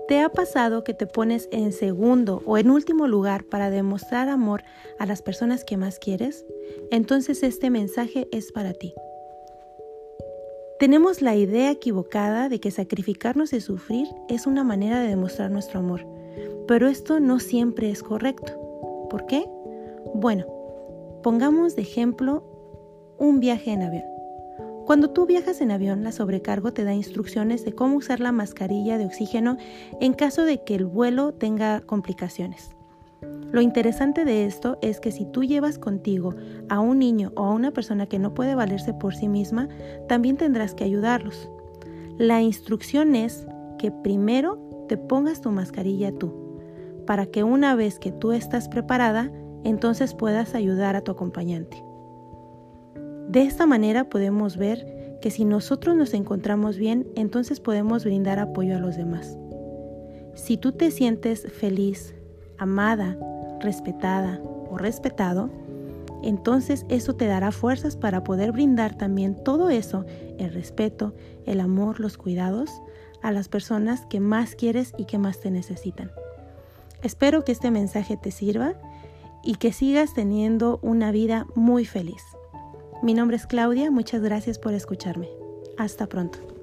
¿Te ha pasado que te pones en segundo o en último lugar para demostrar amor a las personas que más quieres? Entonces este mensaje es para ti. Tenemos la idea equivocada de que sacrificarnos y sufrir es una manera de demostrar nuestro amor, pero esto no siempre es correcto. ¿Por qué? Bueno, pongamos de ejemplo un viaje en avión. Cuando tú viajas en avión, la sobrecargo te da instrucciones de cómo usar la mascarilla de oxígeno en caso de que el vuelo tenga complicaciones. Lo interesante de esto es que si tú llevas contigo a un niño o a una persona que no puede valerse por sí misma, también tendrás que ayudarlos. La instrucción es que primero te pongas tu mascarilla tú, para que una vez que tú estás preparada, entonces puedas ayudar a tu acompañante. De esta manera podemos ver que si nosotros nos encontramos bien, entonces podemos brindar apoyo a los demás. Si tú te sientes feliz, amada, respetada o respetado, entonces eso te dará fuerzas para poder brindar también todo eso, el respeto, el amor, los cuidados, a las personas que más quieres y que más te necesitan. Espero que este mensaje te sirva y que sigas teniendo una vida muy feliz. Mi nombre es Claudia, muchas gracias por escucharme. Hasta pronto.